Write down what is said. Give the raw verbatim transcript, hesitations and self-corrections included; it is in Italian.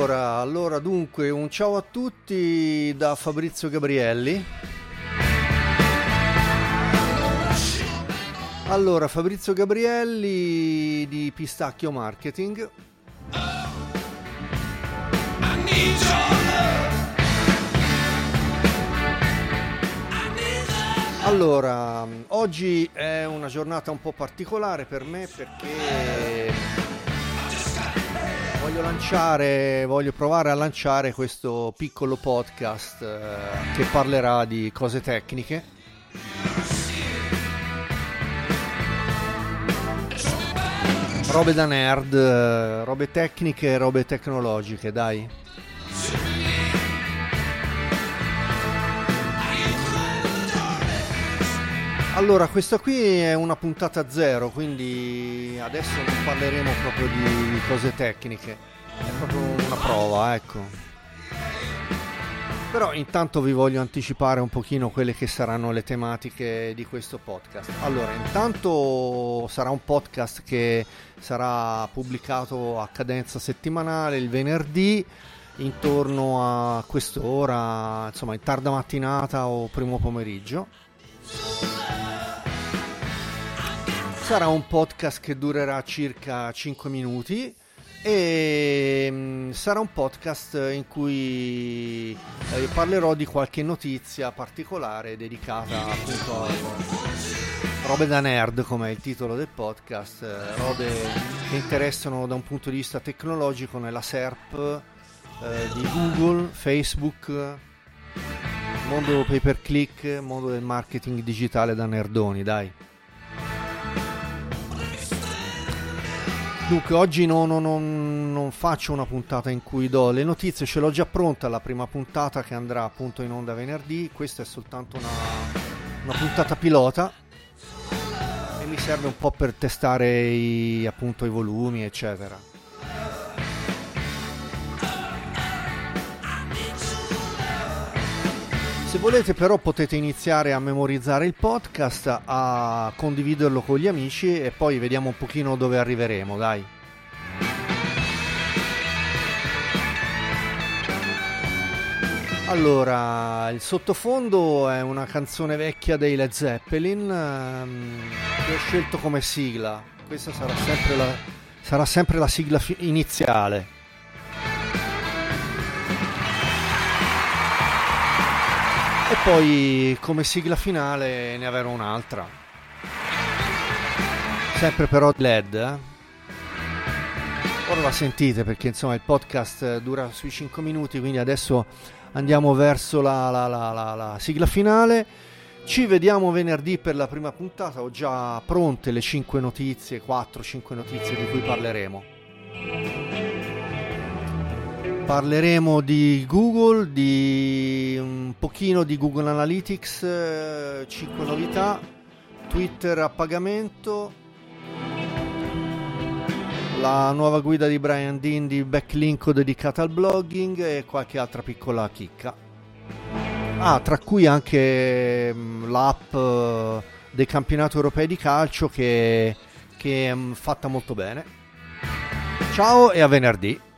Allora, allora dunque un ciao a tutti da Fabrizio Gabrielli. Allora, Fabrizio Gabrielli di Pistacchio Marketing. Allora, oggi è una giornata un po' particolare per me perché voglio lanciare, voglio provare a lanciare questo piccolo podcast eh, che parlerà di cose tecniche. Robe da nerd, robe tecniche, robe tecnologiche, dai. Allora, questa qui è una puntata zero, quindi adesso non parleremo proprio di cose tecniche, è proprio una prova, ecco. Però intanto vi voglio anticipare un pochino quelle che saranno le tematiche di questo podcast. Allora, intanto sarà un podcast che sarà pubblicato a cadenza settimanale il venerdì, intorno a quest'ora, insomma in tarda mattinata o primo pomeriggio. Sarà un podcast che durerà circa cinque minuti e mh, sarà un podcast in cui eh, parlerò di qualche notizia particolare dedicata appunto a robe da nerd, come è il titolo del podcast, eh, robe che interessano da un punto di vista tecnologico nella S E R P eh, di Google, Facebook, mondo pay per click, mondo del marketing digitale da nerdoni, dai. Dunque oggi no, no, no, non faccio una puntata in cui do le notizie, ce l'ho già pronta la prima puntata che andrà appunto in onda venerdì, questa è soltanto una, una puntata pilota e mi serve un po' per testare i, appunto i volumi eccetera. Se volete però potete iniziare a memorizzare il podcast, a condividerlo con gli amici e poi vediamo un pochino dove arriveremo, dai. Allora, il sottofondo è una canzone vecchia dei Led Zeppelin ehm, che ho scelto come sigla. Questa sarà sempre la, sarà sempre la sigla fi- iniziale. E poi come sigla finale ne avrò un'altra, sempre però L E D, eh? Ora la sentite perché insomma il podcast dura sui cinque minuti, quindi adesso andiamo verso la, la, la, la, la sigla finale. Ci vediamo venerdì per la prima puntata, ho già pronte le cinque notizie, quattro cinque notizie di cui parleremo. Parleremo di Google, di un pochino di Google Analytics, cinque novità, Twitter a pagamento, la nuova guida di Brian Dean di Backlink dedicata al blogging e qualche altra piccola chicca. Ah, tra cui anche l'app dei campionati europei di calcio che, che è fatta molto bene. Ciao e a venerdì!